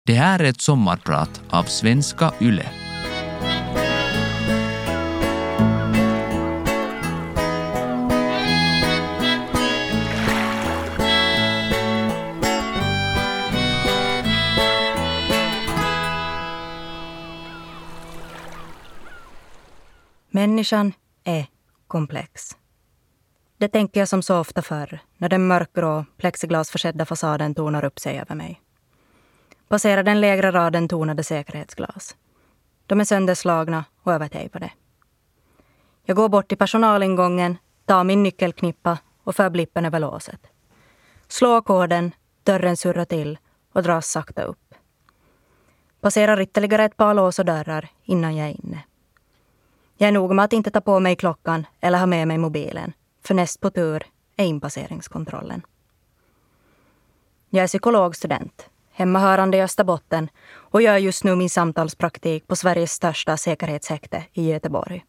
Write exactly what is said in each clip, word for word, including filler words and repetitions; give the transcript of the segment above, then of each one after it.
Det här är ett sommarprat av Svenska Yle. Människan är komplex. Det tänker jag som så ofta förr när den mörkgrå, plexiglasförsedda fasaden tonar upp sig över mig. Passerar den lägre raden tonade säkerhetsglas. De är sönderslagna och övertejpade. Jag går bort till personalingången, tar min nyckelknippa och för blippen över låset. Slår koden, dörren surrar till och dras sakta upp. Passerar ytterligare ett par lås och dörrar innan jag är inne. Jag är nog med att inte ta på mig klockan eller ha med mig mobilen, för näst på tur är inpasseringskontrollen. Jag är psykologstudent, hemmahörande i Österbotten och gör just nu min samtalspraktik på Sveriges största säkerhetshäkte i Göteborg.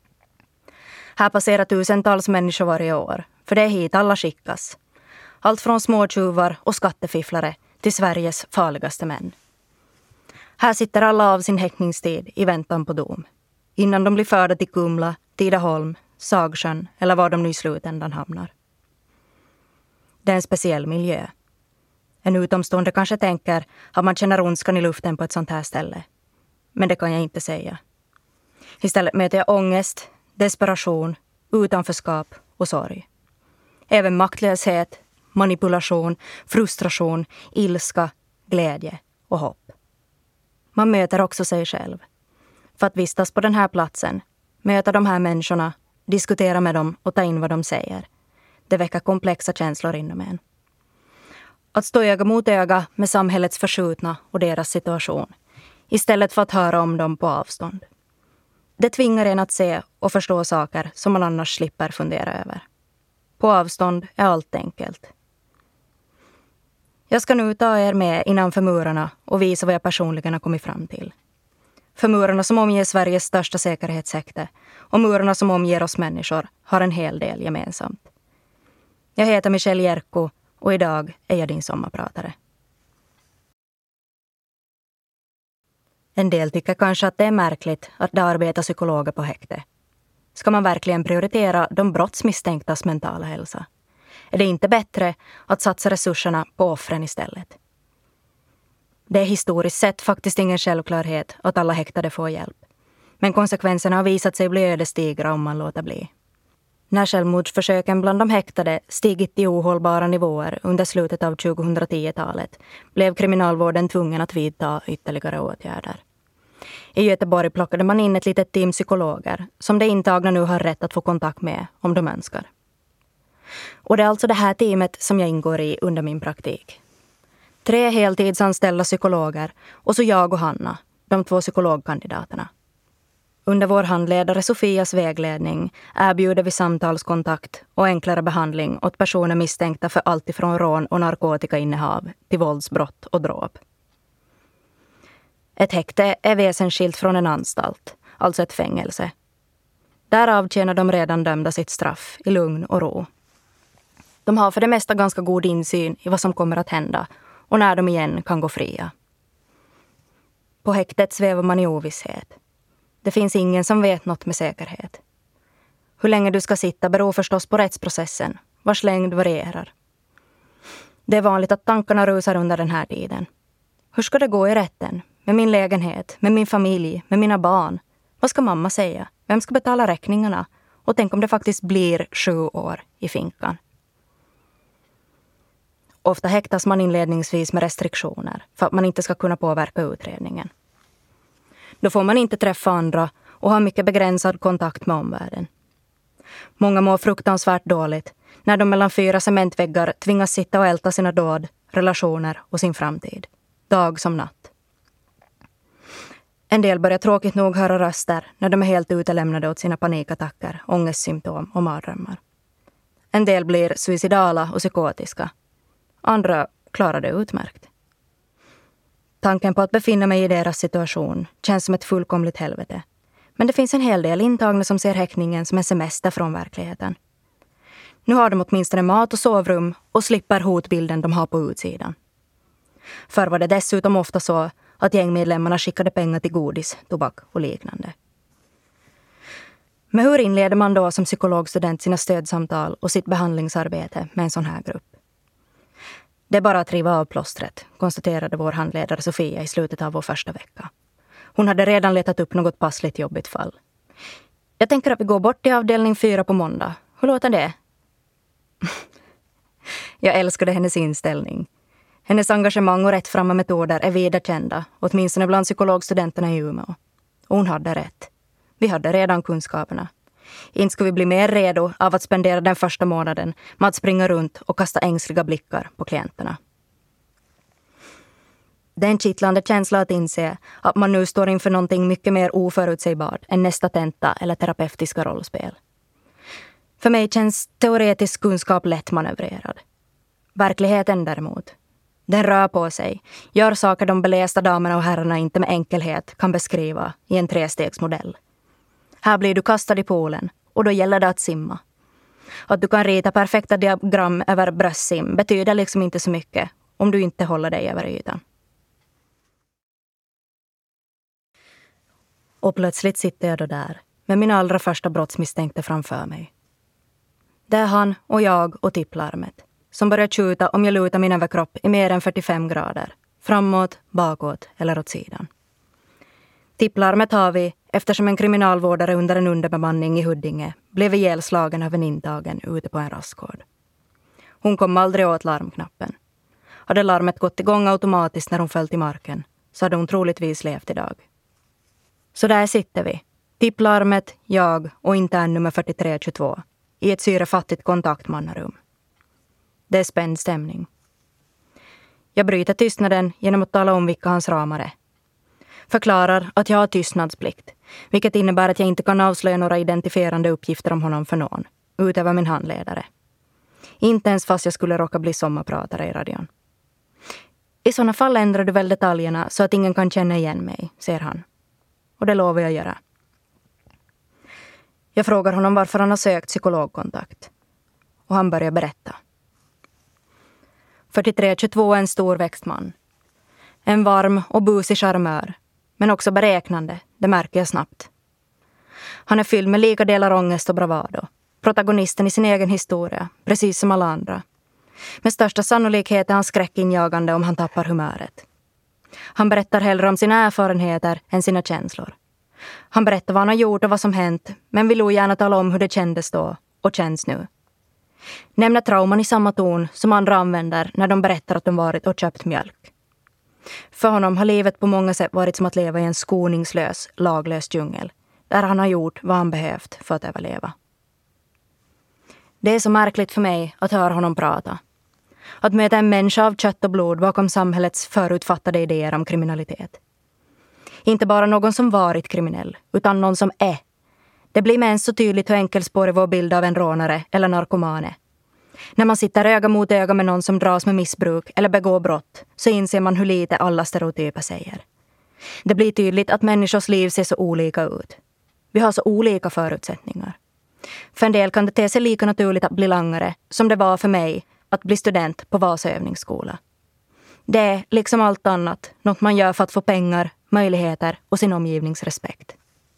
Här passerar tusentals människor varje år, för det är hit alla skickas. Allt från småtjuvar och skattefifflare till Sveriges farligaste män. Här sitter alla av sin häktningstid i väntan på dom, innan de blir förda till Kumla, Tidaholm, Sagsjön eller var de nu i slutändan hamnar. Det är en speciell miljö. En utomstående kanske tänker att man känner ondskan i luften på ett sånt här ställe. Men det kan jag inte säga. Istället möter jag ångest, desperation, utanförskap och sorg. Även maktlöshet, manipulation, frustration, ilska, glädje och hopp. Man möter också sig själv. För att vistas på den här platsen, möta de här människorna, diskutera med dem och ta in vad de säger. Det väcker komplexa känslor inom en. Att stå öga mot öga med samhällets förskjutna och deras situation, istället för att höra om dem på avstånd. Det tvingar en att se och förstå saker som man annars slipper fundera över. På avstånd är allt enkelt. Jag ska nu ta er med innanför murarna och visa vad jag personligen har kommit fram till. För murarna som omger Sveriges största säkerhetshäkte och murarna som omger oss människor har en hel del gemensamt. Jag heter Michelle Jerko och idag är jag din sommarpratare. En del tycker kanske att det är märkligt att det arbetar psykologer på häkte. Ska man verkligen prioritera de brottsmisstänktas mentala hälsa? Är det inte bättre att satsa resurserna på offren istället? Det är historiskt sett faktiskt ingen självklarhet att alla häktade får hjälp. Men konsekvenserna har visat sig bli ödesdigra om man låter bli. När självmordsförsöken bland de häktade stigit till ohållbara nivåer under slutet av tjugohundratio-talet blev kriminalvården tvungen att vidta ytterligare åtgärder. I Göteborg plockade man in ett litet team psykologer som de intagna nu har rätt att få kontakt med om de önskar. Och det är alltså det här teamet som jag ingår i under min praktik. Tre heltidsanställda psykologer och så jag och Hanna, de två psykologkandidaterna. Under vår handledare Sofias vägledning erbjuder vi samtalskontakt och enklare behandling åt personer misstänkta för allt ifrån rån och narkotikainnehav till våldsbrott och dråp. Ett häkte är väsensskilt från en anstalt, alltså ett fängelse. Där avtjänar de redan dömda sitt straff i lugn och ro. De har för det mesta ganska god insyn i vad som kommer att hända och när de igen kan gå fria. På häktet svävar man i ovisshet. Det finns ingen som vet något med säkerhet. Hur länge du ska sitta beror förstås på rättsprocessen, vars längd varierar. Det är vanligt att tankarna rusar under den här tiden. Hur ska det gå i rätten? Med min lägenhet, med min familj, med mina barn? Vad ska mamma säga? Vem ska betala räkningarna? Och tänk om det faktiskt blir sju år i finkan. Ofta häktas man inledningsvis med restriktioner för att man inte ska kunna påverka utredningen. Då får man inte träffa andra och ha mycket begränsad kontakt med omvärlden. Många mår fruktansvärt dåligt när de mellan fyra cementväggar tvingas sitta och älta sina dåd, relationer och sin framtid. Dag som natt. En del börjar tråkigt nog höra röster när de är helt utelämnade åt sina panikattacker, ångestsymptom och mardrömmar. En del blir suicidala och psykotiska. Andra klarar det utmärkt. Tanken på att befinna mig i deras situation känns som ett fullkomligt helvete. Men det finns en hel del intagna som ser häktningen som en semester från verkligheten. Nu har de åtminstone mat och sovrum och slipper hotbilden de har på utsidan. Förr var det dessutom ofta så att gängmedlemmarna skickade pengar till godis, tobak och liknande. Men hur inleder man då som psykologstudent sina stödsamtal och sitt behandlingsarbete med en sån här grupp? Det är bara att riva av plåstret, konstaterade vår handledare Sofia i slutet av vår första vecka. Hon hade redan letat upp något passligt jobbigt fall. Jag tänker att vi går bort till avdelning fyra på måndag. Hur låter det? Jag älskade hennes inställning. Hennes engagemang och rättframma metoder är vida kända, åtminstone bland psykologstudenterna i Umeå. Och hon hade rätt. Vi hade redan kunskaperna. Inte skulle vi bli mer redo av att spendera den första månaden med att springa runt och kasta ängsliga blickar på klienterna. Det är en kittlande känsla att inse att man nu står inför någonting mycket mer oförutsägbart än nästa tenta eller terapeutiska rollspel. För mig känns teoretisk kunskap lätt manövrerad. Verkligheten däremot, den rör på sig, gör saker de belästa damerna och herrarna inte med enkelhet kan beskriva i en trestegsmodell. Här blir du kastad i poolen och då gäller det att simma. Att du kan rita perfekta diagram över bröstsim betyder liksom inte så mycket om du inte håller dig över ytan. Och plötsligt sitter jag då där med min allra första brottsmisstänkte framför mig. Det är han och jag och tipplarmet som börjar tjuta om jag lutar min överkropp i mer än fyrtiofem grader. Framåt, bakåt eller åt sidan. Tipplarmet har vi eftersom en kriminalvårdare under en underbemanning i Huddinge blev ihjälslagen av en intagen ute på en rastgård. Hon kom aldrig åt larmknappen. Hade larmet gått igång automatiskt när hon föll till marken så hade hon troligtvis levt idag. Så där sitter vi. Tipplarmet, jag och intern nummer fyrtiotre tjugotvå i ett syrefattigt kontaktmannarum. Det är spänd stämning. Jag bryter tystnaden genom att tala om vilka hans ramar är. Förklarar att jag har tystnadsplikt, vilket innebär att jag inte kan avslöja några identifierande uppgifter om honom för någon, utöver min handledare. Inte ens fast jag skulle råka bli sommarpratare i radion. I sådana fall ändrar du väl detaljerna så att ingen kan känna igen mig, säger han. Och det lovar jag göra. Jag frågar honom varför han har sökt psykologkontakt. Och han börjar berätta. fyrtiotre tjugotvå är en stor växtman. En varm och busig charmör. Men också beräknande, det märker jag snabbt. Han är fylld med lika delar ångest och bravado. Protagonisten i sin egen historia, precis som alla andra. Med största sannolikhet är han skräckinjagande om han tappar humöret. Han berättar hellre om sina erfarenheter än sina känslor. Han berättar vad han har gjort och vad som hänt, men vill ogärna tala om hur det kändes då och känns nu. Nämner trauman i samma ton som andra använder när de berättar att de varit och köpt mjölk. För honom har livet på många sätt varit som att leva i en skoningslös, laglös djungel, där han har gjort vad han behövt för att överleva. Det är så märkligt för mig att höra honom prata. Att möta en människa av kött och blod bakom samhällets förutfattade idéer om kriminalitet. Inte bara någon som varit kriminell, utan någon som är. Det blir med ens så tydligt hur enkelspårig vår bild av en rånare eller narkomane. När man sitter öga mot öga med någon som dras med missbruk eller begår brott så inser man hur lite alla stereotyper säger. Det blir tydligt att människors liv ser så olika ut. Vi har så olika förutsättningar. För en del kan det te sig lika naturligt att bli langare som det var för mig att bli student på Vasa övningsskola. Det är, liksom allt annat, något man gör för att få pengar, möjligheter och sin omgivnings respekt.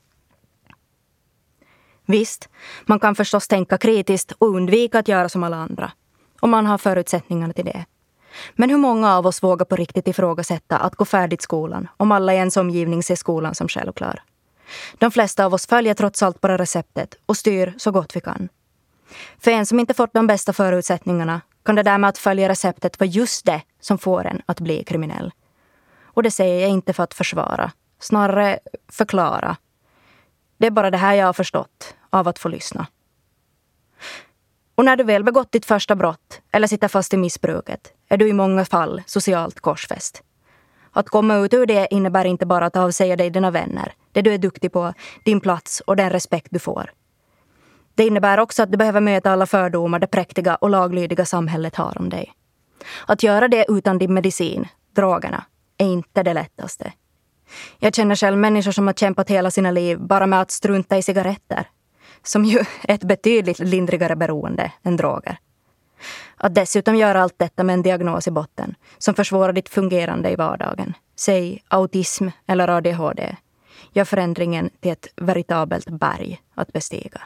Visst, man kan förstås tänka kritiskt och undvika att göra som alla andra. Om man har förutsättningarna till det. Men hur många av oss vågar på riktigt ifrågasätta att gå färdigt skolan om alla i ens omgivning ser skolan som självklar? De flesta av oss följer trots allt bara receptet och styr så gott vi kan. För en som inte fått de bästa förutsättningarna kan det där med att följa receptet vara just det som får en att bli kriminell. Och det säger jag inte för att försvara, snarare förklara. Det är bara det här jag har förstått av att få lyssna. Och när du väl begått ditt första brott eller sitter fast i missbruket är du i många fall socialt korsfäst. Att komma ut ur det innebär inte bara att avsäga dig dina vänner, det du är duktig på, din plats och den respekt du får. Det innebär också att du behöver möta alla fördomar det präktiga och laglydiga samhället har om dig. Att göra det utan din medicin, drogerna, är inte det lättaste. Jag känner själv människor som har kämpat hela sina liv bara med att strunta i cigaretter. Som ju är ett betydligt lindrigare beroende än droger. Att dessutom göra allt detta med en diagnos i botten som försvårar ditt fungerande i vardagen, säg autism eller A D H D, gör förändringen till ett veritabelt berg att bestiga.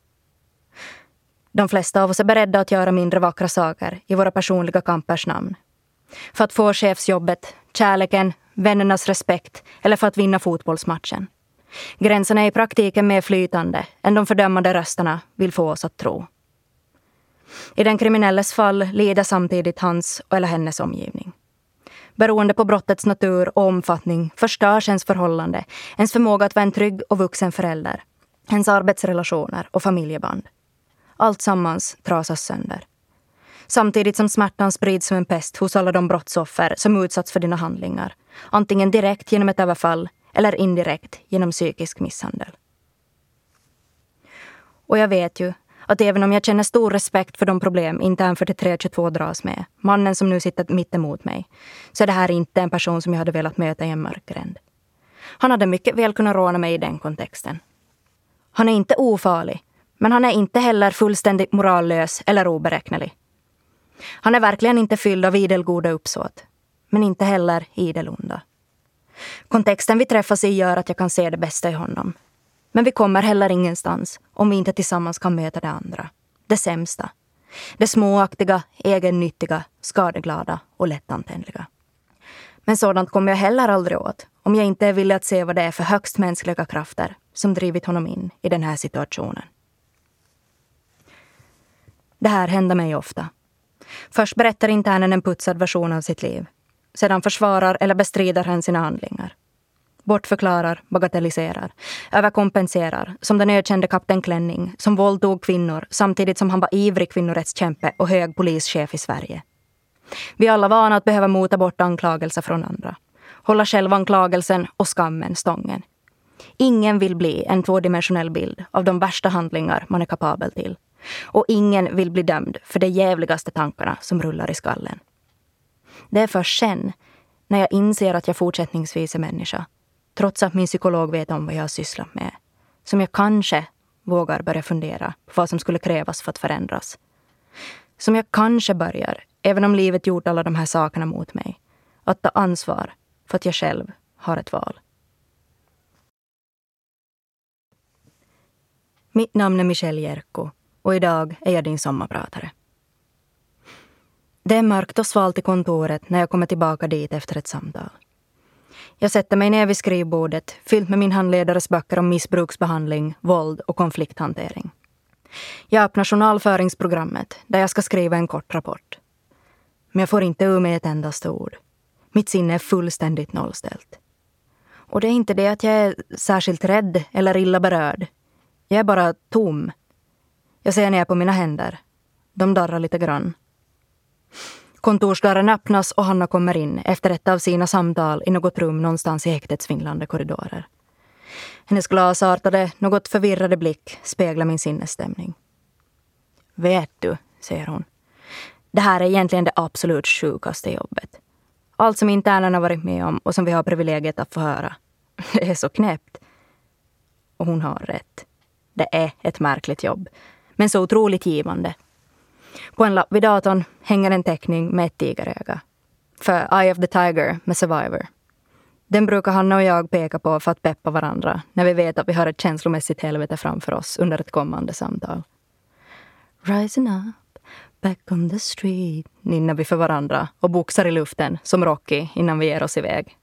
De flesta av oss är beredda att göra mindre vackra saker i våra personliga kampers namn. För att få chefsjobbet, kärleken, vännernas respekt eller för att vinna fotbollsmatchen. Gränserna är i praktiken mer flytande än de fördömande rösterna vill få oss att tro. I den kriminelles fall lider samtidigt hans eller hennes omgivning. Beroende på brottets natur och omfattning förstörs ens förhållande, ens förmåga att vara en trygg och vuxen förälder, ens arbetsrelationer och familjeband. Allt sammans trasas sönder. Samtidigt som smärtan sprids som en pest hos alla de brottsoffer som utsatts för dina handlingar. Antingen direkt genom ett överfall eller indirekt genom psykisk misshandel. Och jag vet ju att även om jag känner stor respekt för de problem intern fyrtiotre tjugotvå dras med, mannen som nu sitter mitt emot mig, så är det här inte en person som jag hade velat möta i en mörkgränd. Han hade mycket väl kunnat råna mig i den kontexten. Han är inte ofarlig, men han är inte heller fullständigt morallös eller oberäknelig. Han är verkligen inte fylld av idelgoda uppsåt, men inte heller idelonda. Kontexten vi träffas i gör att jag kan se det bästa i honom. Men vi kommer heller ingenstans om vi inte tillsammans kan möta det andra. Det sämsta. Det småaktiga, egennyttiga, skadeglada och lättantändliga. Men sådant kommer jag heller aldrig åt om jag inte är villig att se vad det är för högst mänskliga krafter som drivit honom in i den här situationen. Det här händer mig ofta. Först berättar internen en putsad version av sitt liv. Sedan försvarar eller bestrider han sina handlingar. Bortförklarar, bagatelliserar, överkompenserar, som den ökände kapten Klänning som våldtog kvinnor samtidigt som han var ivrig kvinnorättskämpe och hög polischef i Sverige. Vi är alla vana att behöva mota bort anklagelser från andra. Hålla själva anklagelsen och skammen stången. Ingen vill bli en tvådimensionell bild av de värsta handlingar man är kapabel till. Och ingen vill bli dömd för de jävligaste tankarna som rullar i skallen. Det är först sen, när jag inser att jag fortsättningsvis är människa, trots att min psykolog vet om vad jag har sysslat med, som jag kanske vågar börja fundera på vad som skulle krävas för att förändras. Som jag kanske börjar, även om livet gjort alla de här sakerna mot mig, att ta ansvar för att jag själv har ett val. Mitt namn är Michelle Jerko och idag är jag din sommarpratare. Det är mörkt och svalt i kontoret när jag kommer tillbaka dit efter ett samtal. Jag sätter mig ner vid skrivbordet, fyllt med min handledares böcker om missbruksbehandling, våld och konflikthantering. Jag öppnar journalföringsprogrammet där jag ska skriva en kort rapport. Men jag får inte ur mig ett endaste ord. Mitt sinne är fullständigt nollställt. Och det är inte det att jag är särskilt rädd eller illa berörd. Jag är bara tom. Jag ser ner på mina händer. De darrar lite grann. Kontorsdörren öppnas och Hanna kommer in efter ett av sina samtal i något rum någonstans i häktets vinglande korridorer. Hennes glasartade, något förvirrade blick speglar min sinnesstämning. Vet du, säger hon. Det här är egentligen det absolut sjukaste jobbet. Allt som internen har varit med om och som vi har privilegiet att få höra. Det är så knäppt. Och hon har rätt. Det är ett märkligt jobb. Men så otroligt givande. På en lapp vid datorn hänger en teckning med ett tigeröga. För Eye of the Tiger med Survivor. Den brukar Hanna och jag peka på för att peppa varandra när vi vet att vi har ett känslomässigt helvete framför oss under ett kommande samtal. Rising up, back on the street, nynnar vi för varandra och boxar i luften som Rocky innan vi ger oss iväg.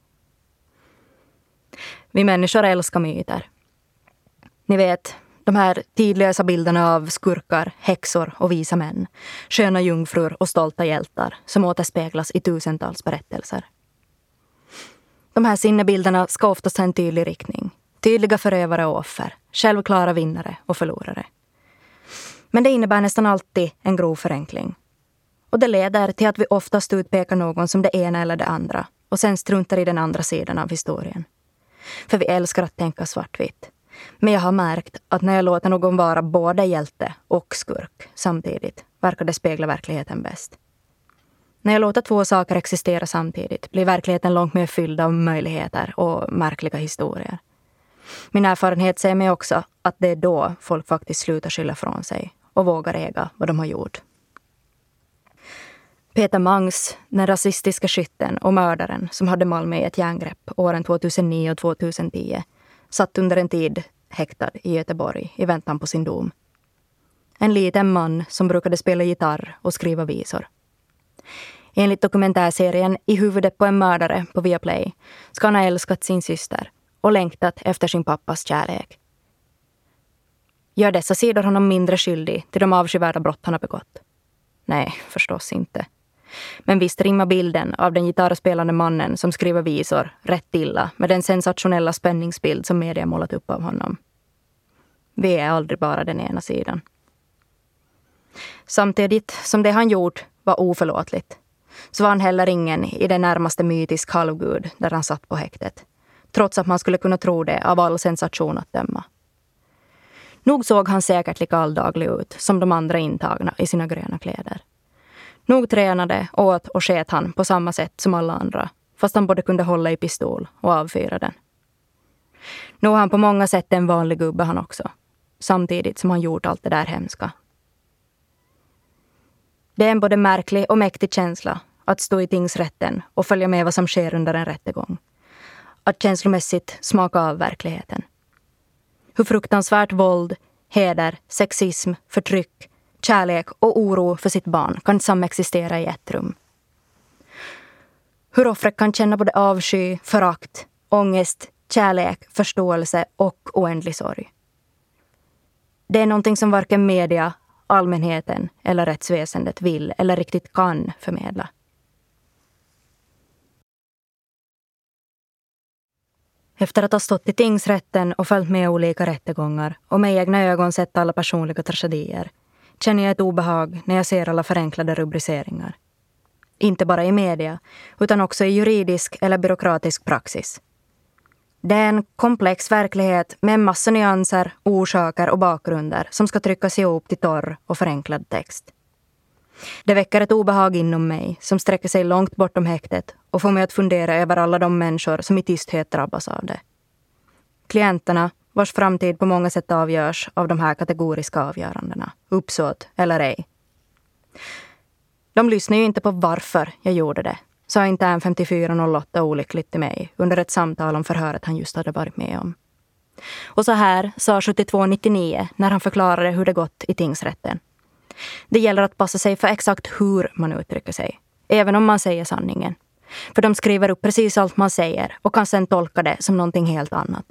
Vi människor älskar myter. Ni vet, de här tidlösa bilderna av skurkar, häxor och visa män, sköna jungfrur och stolta hjältar som återspeglas i tusentals berättelser. De här sinnebilderna ska oftast ha en tydlig riktning. Tydliga förövare och offer, självklara vinnare och förlorare. Men det innebär nästan alltid en grov förenkling. Och det leder till att vi oftast utpekar någon som det ena eller det andra och sen struntar i den andra sidan av historien. För vi älskar att tänka svartvitt. Men jag har märkt att när jag låter någon vara både hjälte och skurk samtidigt verkar det spegla verkligheten bäst. När jag låter två saker existera samtidigt blir verkligheten långt mer fylld av möjligheter och märkliga historier. Min erfarenhet säger mig också att det är då folk faktiskt slutar skylla från sig och vågar äga vad de har gjort. Peter Mangs, den rasistiska skytten och mördaren som hade Malmö i ett järngrepp åren tjugohundranio och tjugohundratio, satt under en tid häktad i Göteborg i väntan på sin dom. En liten man som brukade spela gitarr och skriva visor. Enligt dokumentärserien I huvudet på en mördare på Viaplay ska han ha älskat sin syster och längtat efter sin pappas kärlek. Gör dessa sidor honom mindre skyldig till de avskyvärda brott han har begått? Nej, förstås inte. Men visst rimmar bilden av den gitarrspelande mannen som skriver visor rätt illa med den sensationella spänningsbild som media målat upp av honom. Vi är aldrig bara den ena sidan. Samtidigt som det han gjort var oförlåtligt, så var han heller ingen i det närmaste mytisk halvgud där han satt på häktet, trots att man skulle kunna tro det av all sensation att döma. Nog såg han säkert lika alldaglig ut som de andra intagna i sina gröna kläder. Nog tränade, åt och sket han på samma sätt som alla andra, fast han både kunde hålla i pistol och avfyra den. Nog han på många sätt en vanlig gubbe han också, samtidigt som han gjort allt det där hemska. Det är en både märklig och mäktig känsla att stå i tingsrätten och följa med vad som sker under en rättegång. Att känslomässigt smaka av verkligheten. Hur fruktansvärt våld, heder, sexism, förtryck, kärlek och oro för sitt barn kan samexistera i ett rum. Hur offret kan känna både avsky, förakt, ångest, kärlek, förståelse och oändlig sorg. Det är någonting som varken media, allmänheten eller rättsväsendet vill eller riktigt kan förmedla. Efter att ha stått i tingsrätten och följt med olika rättegångar och med egna ögon sett alla personliga tragedier känner jag ett obehag när jag ser alla förenklade rubriceringar. Inte bara i media, utan också i juridisk eller byråkratisk praxis. Det är en komplex verklighet med en massa nyanser, orsaker och bakgrunder som ska tryckas ihop till torr och förenklad text. Det väcker ett obehag inom mig som sträcker sig långt bortom häktet och får mig att fundera över alla de människor som i tysthet drabbas av det. Klienterna, vars framtid på många sätt avgörs av de här kategoriska avgörandena, uppsåt eller ej. De lyssnar ju inte på varför jag gjorde det, sa intern femtiofyra noll åtta olyckligt till mig under ett samtal om förhöret han just hade varit med om. Och så här sa sjuttiotvå nittionio när han förklarade hur det gått i tingsrätten. Det gäller att passa sig för exakt hur man uttrycker sig, även om man säger sanningen. För de skriver upp precis allt man säger och kan sedan tolka det som någonting helt annat.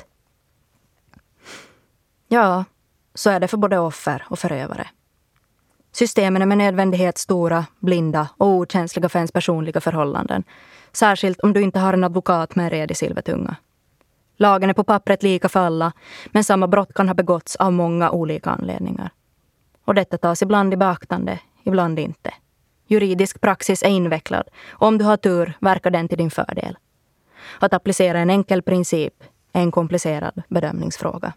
Ja, så är det för både offer och förövare. Systemen är med nödvändighet stora, blinda och okänsliga för ens personliga förhållanden. Särskilt om du inte har en advokat med en redig silvertunga. Lagen är på pappret lika för alla, men samma brott kan ha begåtts av många olika anledningar. Och detta tas ibland i beaktande, ibland inte. Juridisk praxis är invecklad och om du har tur verkar den till din fördel. Att applicera en enkel princip är en komplicerad bedömningsfråga.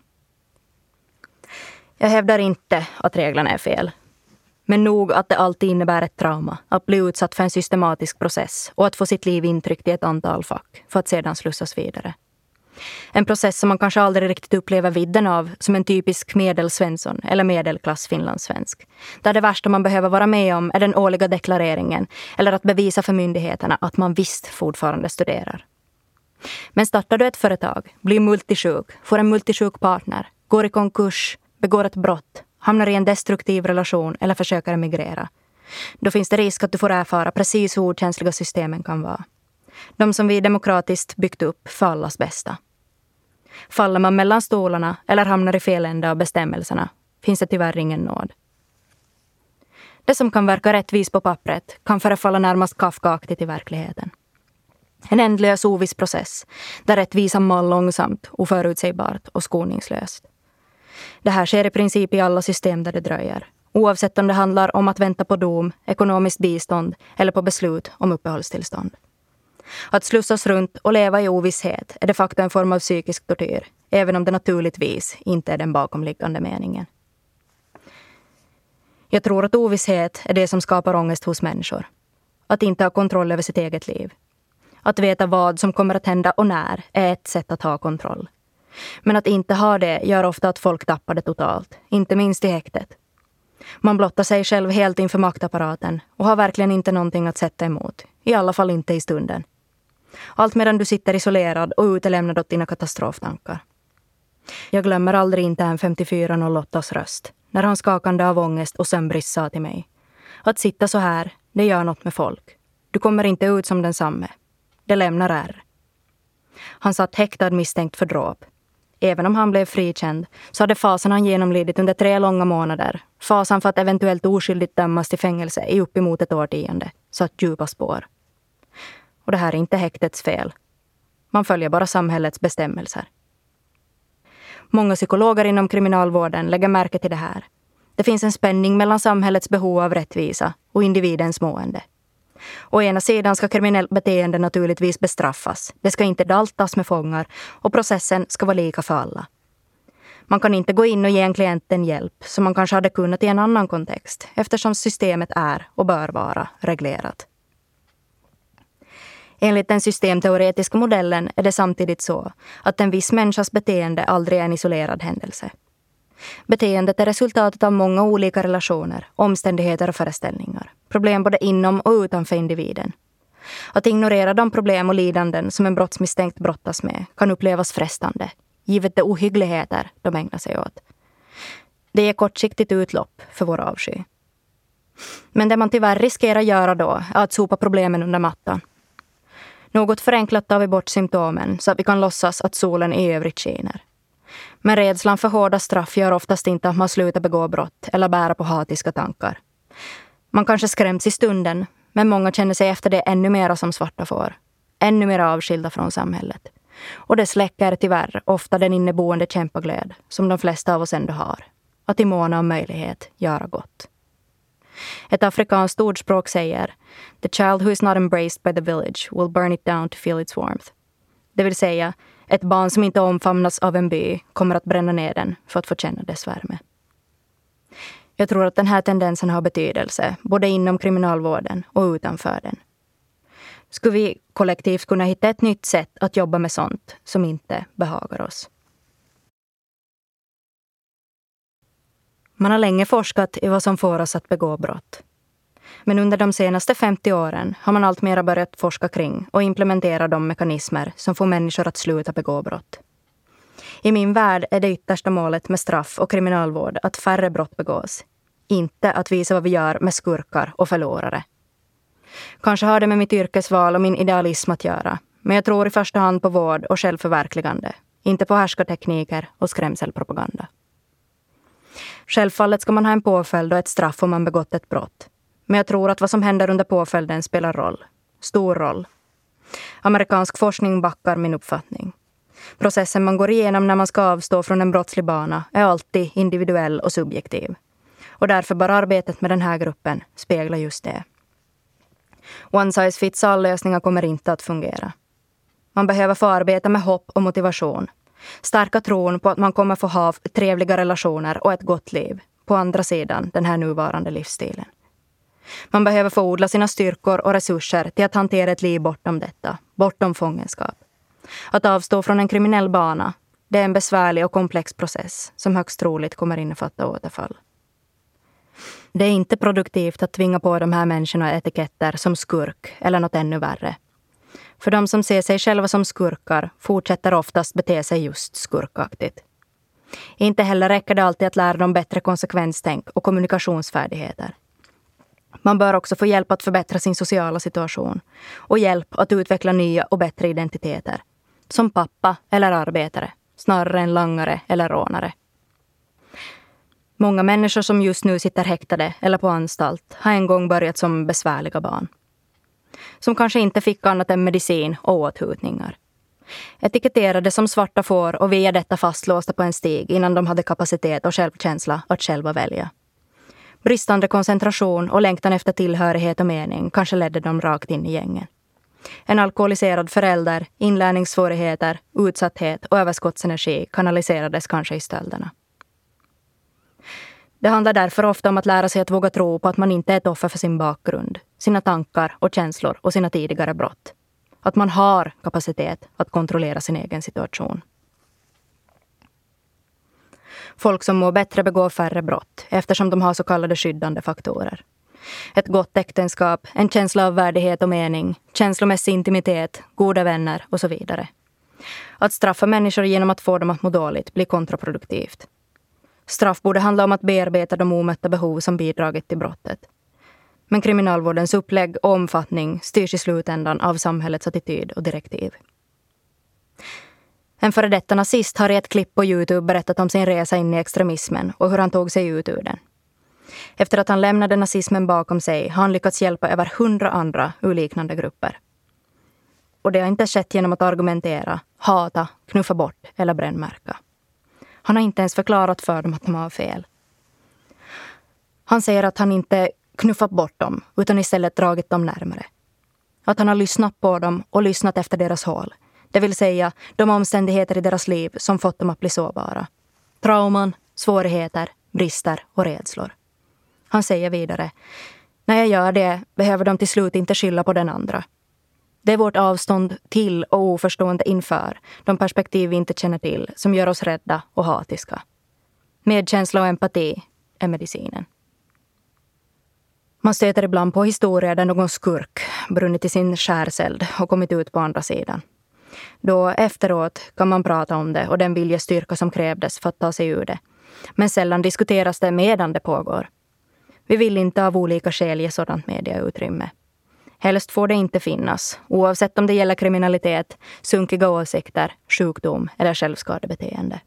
Jag hävdar inte att reglerna är fel. Men nog att det alltid innebär ett trauma att bli utsatt för en systematisk process och att få sitt liv intryckt i ett antal fack för att sedan slussas vidare. En process som man kanske aldrig riktigt upplever vidden av som en typisk medelsvensson eller medelklass finlandssvensk. Där det värsta man behöver vara med om är den årliga deklareringen eller att bevisa för myndigheterna att man visst fortfarande studerar. Men startar du ett företag, blir multisjuk, får en multisjuk partner, går i konkurs, begår ett brott, hamnar i en destruktiv relation eller försöker emigrera. Då finns det risk att du får erfara precis hur okänsliga systemen kan vara. De som vi demokratiskt byggt upp för allas bästa. Faller man mellan stolarna eller hamnar i fel ände av bestämmelserna finns det tyvärr ingen nåd. Det som kan verka rättvis på pappret kan förefalla närmast Kafkaaktigt i verkligheten. En ändlös oviss process där rättvisan mal långsamt, oförutsägbart och skoningslöst. Det här sker i princip i alla system där det dröjer. Oavsett om det handlar om att vänta på dom, ekonomiskt bistånd eller på beslut om uppehållstillstånd. Att slussas runt och leva i ovisshet är de facto en form av psykisk tortyr, även om det naturligtvis inte är den bakomliggande meningen. Jag tror att ovisshet är det som skapar ångest hos människor. Att inte ha kontroll över sitt eget liv. Att veta vad som kommer att hända och när är ett sätt att ha kontroll. Men att inte ha det gör ofta att folk tappar det totalt, inte minst i häktet. Man blottar sig själv helt inför maktapparaten och har verkligen inte någonting att sätta emot. I alla fall inte i stunden. Allt medan du sitter isolerad och utelämnad åt dina katastroftankar. Jag glömmer aldrig intern femtiofyra noll åttas röst när han skakande av ångest och sömnbrist sa till mig: att sitta så här, det gör något med folk. Du kommer inte ut som densamme. Det lämnar ärr. Han satt häktad misstänkt för dråp. Även om han blev frikänd så hade fasen han genomlidit under tre långa månader, fasan för att eventuellt oskyldigt dömas till fängelse i uppemot ett årtionde, satt djupa spår. Och det här är inte häktets fel. Man följer bara samhällets bestämmelser. Många psykologer inom kriminalvården lägger märke till det här. Det finns en spänning mellan samhällets behov av rättvisa och individens mående. Å ena sidan ska kriminellt beteende naturligtvis bestraffas. Det ska inte daltas med fångar och processen ska vara lika för alla. Man kan inte gå in och ge en klient en hjälp som man kanske hade kunnat i en annan kontext eftersom systemet är och bör vara reglerat. Enligt den systemteoretiska modellen är det samtidigt så att en viss människas beteende aldrig är en isolerad händelse. Beteendet är resultatet av många olika relationer, omständigheter och föreställningar. Problem både inom och utanför individen. Att ignorera de problem och lidanden som en brottsmisstänkt brottas med kan upplevas frestande, givet de ohyggligheter de ägnar sig åt. Det är kortsiktigt utlopp för vår avsky. Men det man tyvärr riskerar göra då är att sopa problemen under mattan. Något förenklat tar vi bort symptomen så att vi kan låtsas att solen i övrigt skiner. Men rädslan för hårda straff gör oftast inte att man slutar begå brott eller bära på hatiska tankar. Man kanske skräms i stunden, men många känner sig efter det ännu mera som svarta får. Ännu mer avskilda från samhället. Och det släcker tyvärr ofta den inneboende kämpaglöd som de flesta av oss ändå har. Att i mån av möjlighet göra gott. Ett afrikanskt ordspråk säger: "The child who is not embraced by the village will burn it down to feel its warmth." Det vill säga, ett barn som inte omfamnas av en by kommer att bränna ner den för att få känna dess värme. Jag tror att den här tendensen har betydelse både inom kriminalvården och utanför den. Skulle vi kollektivt kunna hitta ett nytt sätt att jobba med sånt som inte behagar oss? Man har länge forskat i vad som får oss att begå brott. Men under de senaste femtio åren har man allt mer börjat forska kring och implementera de mekanismer som får människor att sluta begå brott. I min värld är det yttersta målet med straff och kriminalvård att färre brott begås. Inte att visa vad vi gör med skurkar och förlorare. Kanske har det med mitt yrkesval och min idealism att göra. Men jag tror i första hand på vård och självförverkligande. Inte på härskartekniker och skrämselpropaganda. Självfallet ska man ha en påföljd och ett straff om man begått ett brott. Men jag tror att vad som händer under påföljden spelar roll. Stor roll. Amerikansk forskning backar min uppfattning. Processen man går igenom när man ska avstå från en brottslig bana är alltid individuell och subjektiv. Och därför bör arbetet med den här gruppen spegla just det. One size fits all-lösningar kommer inte att fungera. Man behöver få arbeta med hopp och motivation. Stärka tron på att man kommer få ha trevliga relationer och ett gott liv på andra sidan den här nuvarande livsstilen. Man behöver få odla sina styrkor och resurser till att hantera ett liv bortom detta, bortom fångenskap. Att avstå från en kriminell bana, det är en besvärlig och komplex process som högst troligt kommer innefatta återfall. Det är inte produktivt att tvinga på de här människorna etiketter som skurk eller något ännu värre. För de som ser sig själva som skurkar fortsätter oftast bete sig just skurkaktigt. Inte heller räcker det alltid att lära dem bättre konsekvenstänk och kommunikationsfärdigheter. Man bör också få hjälp att förbättra sin sociala situation och hjälp att utveckla nya och bättre identiteter. Som pappa eller arbetare, snarare än langare eller rånare. Många människor som just nu sitter häktade eller på anstalt har en gång börjat som besvärliga barn. Som kanske inte fick annat än medicin och åthutningar. Etiketterade som svarta får och via detta fastlåsta på en stig innan de hade kapacitet och självkänsla att själva välja. Bristande koncentration och längtan efter tillhörighet och mening kanske ledde dem rakt in i gängen. En alkoholiserad förälder, inlärningssvårigheter, utsatthet och överskottsenergi kanaliserades kanske i stölderna. Det handlar därför ofta om att lära sig att våga tro på att man inte är ett offer för sin bakgrund, sina tankar och känslor och sina tidigare brott. Att man har kapacitet att kontrollera sin egen situation. Folk som mår bättre begår färre brott eftersom de har så kallade skyddande faktorer. Ett gott äktenskap, en känsla av värdighet och mening, känslomässig intimitet, goda vänner och så vidare. Att straffa människor genom att få dem att må dåligt blir kontraproduktivt. Straff borde handla om att bearbeta de omätta behov som bidragit till brottet. Men kriminalvårdens upplägg och omfattning styrs i slutändan av samhällets attityd och direktiv. En före detta nazist har i ett klipp på YouTube berättat om sin resa in i extremismen och hur han tog sig ut ur den. Efter att han lämnade nazismen bakom sig har han lyckats hjälpa över hundra andra ur liknande grupper. Och det har inte skett genom att argumentera, hata, knuffa bort eller brännmärka. Han har inte ens förklarat för dem att de har fel. Han säger att han inte knuffat bort dem utan istället dragit dem närmare. Att han har lyssnat på dem och lyssnat efter deras hål. Det vill säga de omständigheter i deras liv som fått dem att bli sårbara. Trauman, svårigheter, brister och rädslor. Han säger vidare: när jag gör det behöver de till slut inte skylla på den andra. Det är vårt avstånd till och oförstående inför de perspektiv vi inte känner till som gör oss rädda och hatiska. Medkänsla och empati är medicinen. Man stöter ibland på historier där någon skurk brunnit i sin skärseld och kommit ut på andra sidan. Då efteråt kan man prata om det och den viljestyrka som krävdes för att ta sig ur det. Men sällan diskuteras det medan det pågår. Vi vill inte av olika skäl ge sådant mediautrymme. Helst får det inte finnas, oavsett om det gäller kriminalitet, sunkiga åsikter, sjukdom eller självskadebeteende.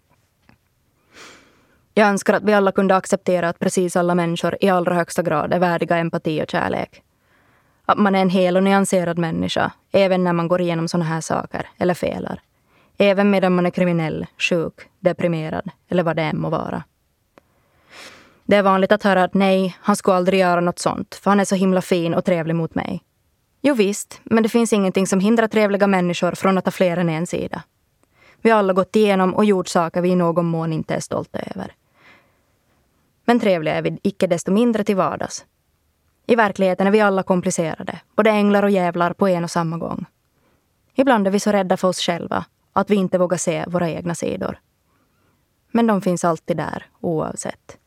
Jag önskar att vi alla kunde acceptera att precis alla människor i allra högsta grad är värdiga empati och kärlek. Att man är en hel och nyanserad människa, även när man går igenom såna här saker eller felar. Även medan man är kriminell, sjuk, deprimerad eller vad det än må vara. Det är vanligt att höra att nej, han skulle aldrig göra något sånt, för han är så himla fin och trevlig mot mig. Jo visst, men det finns ingenting som hindrar trevliga människor från att ha fler än en sida. Vi har alla gått igenom och gjort saker vi i någon mån inte är stolta över. Men trevliga är vi icke desto mindre till vardags. I verkligheten är vi alla komplicerade, både änglar och jävlar på en och samma gång. Ibland är vi så rädda för oss själva att vi inte vågar se våra egna sidor. Men de finns alltid där, oavsett.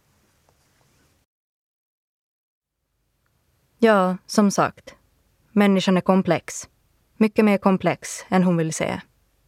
Ja, som sagt. Människan är komplex. Mycket mer komplex än hon vill se.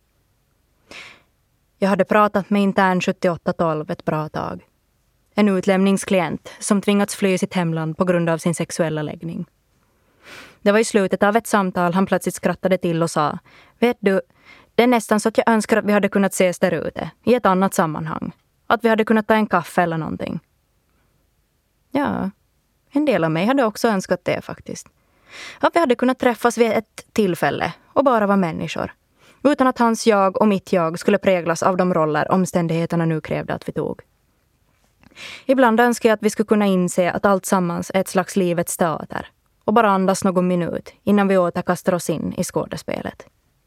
Jag hade pratat med intern sjuttioåtta tolv ett bra tag. En utlämningsklient som tvingats fly sitt hemland på grund av sin sexuella läggning. Det var i slutet av ett samtal han plötsligt skrattade till och sa: vet du, det är nästan så att jag önskar att vi hade kunnat ses där ute, i ett annat sammanhang. Att vi hade kunnat ta en kaffe eller någonting. Ja, en del av mig hade också önskat det faktiskt. Att vi hade kunnat träffas vid ett tillfälle och bara vara människor. Utan att hans jag och mitt jag skulle präglas av de roller omständigheterna nu krävde att vi tog. Ibland önskar jag att vi skulle kunna inse att allt sammans är ett slags livets teater. Och bara andas någon minut innan vi återkastar oss in i skådespelet.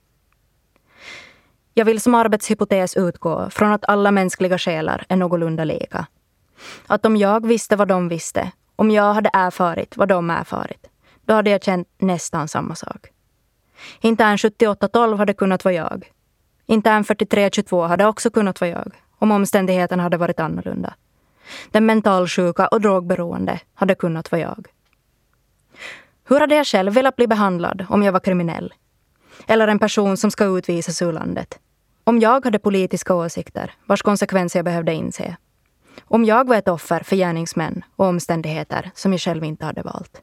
Jag vill som arbetshypotes utgå från att alla mänskliga själar är någorlunda lika. Att om jag visste vad de visste, om jag hade erfarit vad de erfarit, då hade jag känt nästan samma sak. Intern sjuttioåtta tolv hade kunnat vara jag. Intern fyrtiotre tjugotvå hade också kunnat vara jag, om omständigheterna hade varit annorlunda. Den mentalsjuka och drogberoende hade kunnat vara jag. Hur hade jag själv velat bli behandlad om jag var kriminell? Eller en person som ska utvisas ur landet? Om jag hade politiska åsikter vars konsekvenser jag behövde inse? Om jag var ett offer för gärningsmän och omständigheter som jag själv inte hade valt?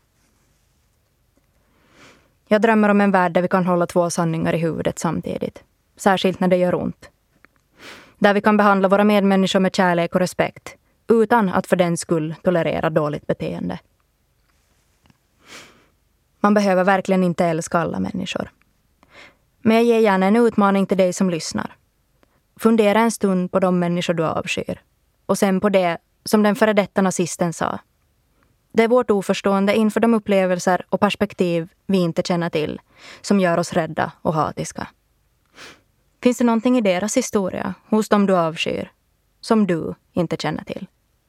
Jag drömmer om en värld där vi kan hålla två sanningar i huvudet samtidigt. Särskilt när det gör ont. Där vi kan behandla våra medmänniskor med kärlek och respekt utan att för den skull tolerera dåligt beteende. Man behöver verkligen inte älska alla människor. Men jag ger gärna en utmaning till dig som lyssnar. Fundera en stund på de människor du avskyr. Och sen på det som den före detta nazisten sa. Det är vårt oförstående inför de upplevelser och perspektiv vi inte känner till som gör oss rädda och hatiska. Finns det någonting i deras historia hos dem du avskyr som du inte känner till?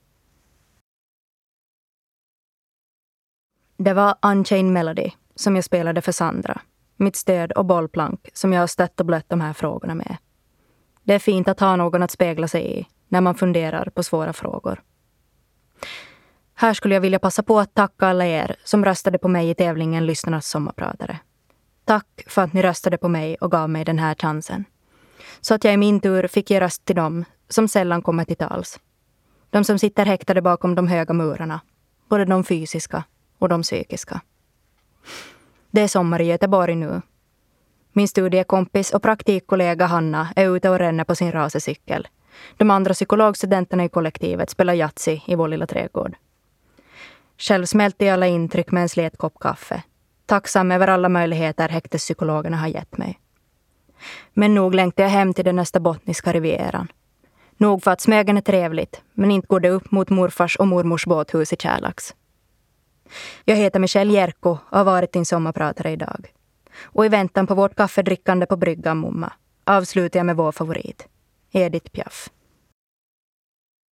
Det var Unchained Melody som jag spelade för Sandra. Mitt stöd och bollplank som jag har stött och blött de här frågorna med. Det är fint att ha någon att spegla sig i när man funderar på svåra frågor. Här skulle jag vilja passa på att tacka alla er som röstade på mig i tävlingen Lyssnarnas sommarpratare. Tack för att ni röstade på mig och gav mig den här chansen. Så att jag i min tur fick ge röst till dem som sällan kommer till tals. De som sitter häktade bakom de höga murarna. Både de fysiska och de psykiska. Det är sommar i Göteborg nu. Min studiekompis och praktikkollega Hanna är ute och ränner på sin racercykel. De andra psykologstudenterna i kollektivet spelar Yatzy i vår lilla trädgård. Själv smälter jag alla intryck med en slet kopp kaffe. Tacksam över alla möjligheter häktespsykologerna har gett mig. Men nog längtar jag hem till den österbottniska rivieran. Nog för att Smögen är trevligt, men inte går det upp mot morfars och mormors båthus i Kärlax. Jag heter Michelle Jerko och har varit din sommarpratare idag. Och i väntan på vårt kaffedrickande på bryggan Momma avslutar jag med vår favorit, Edith Piaf.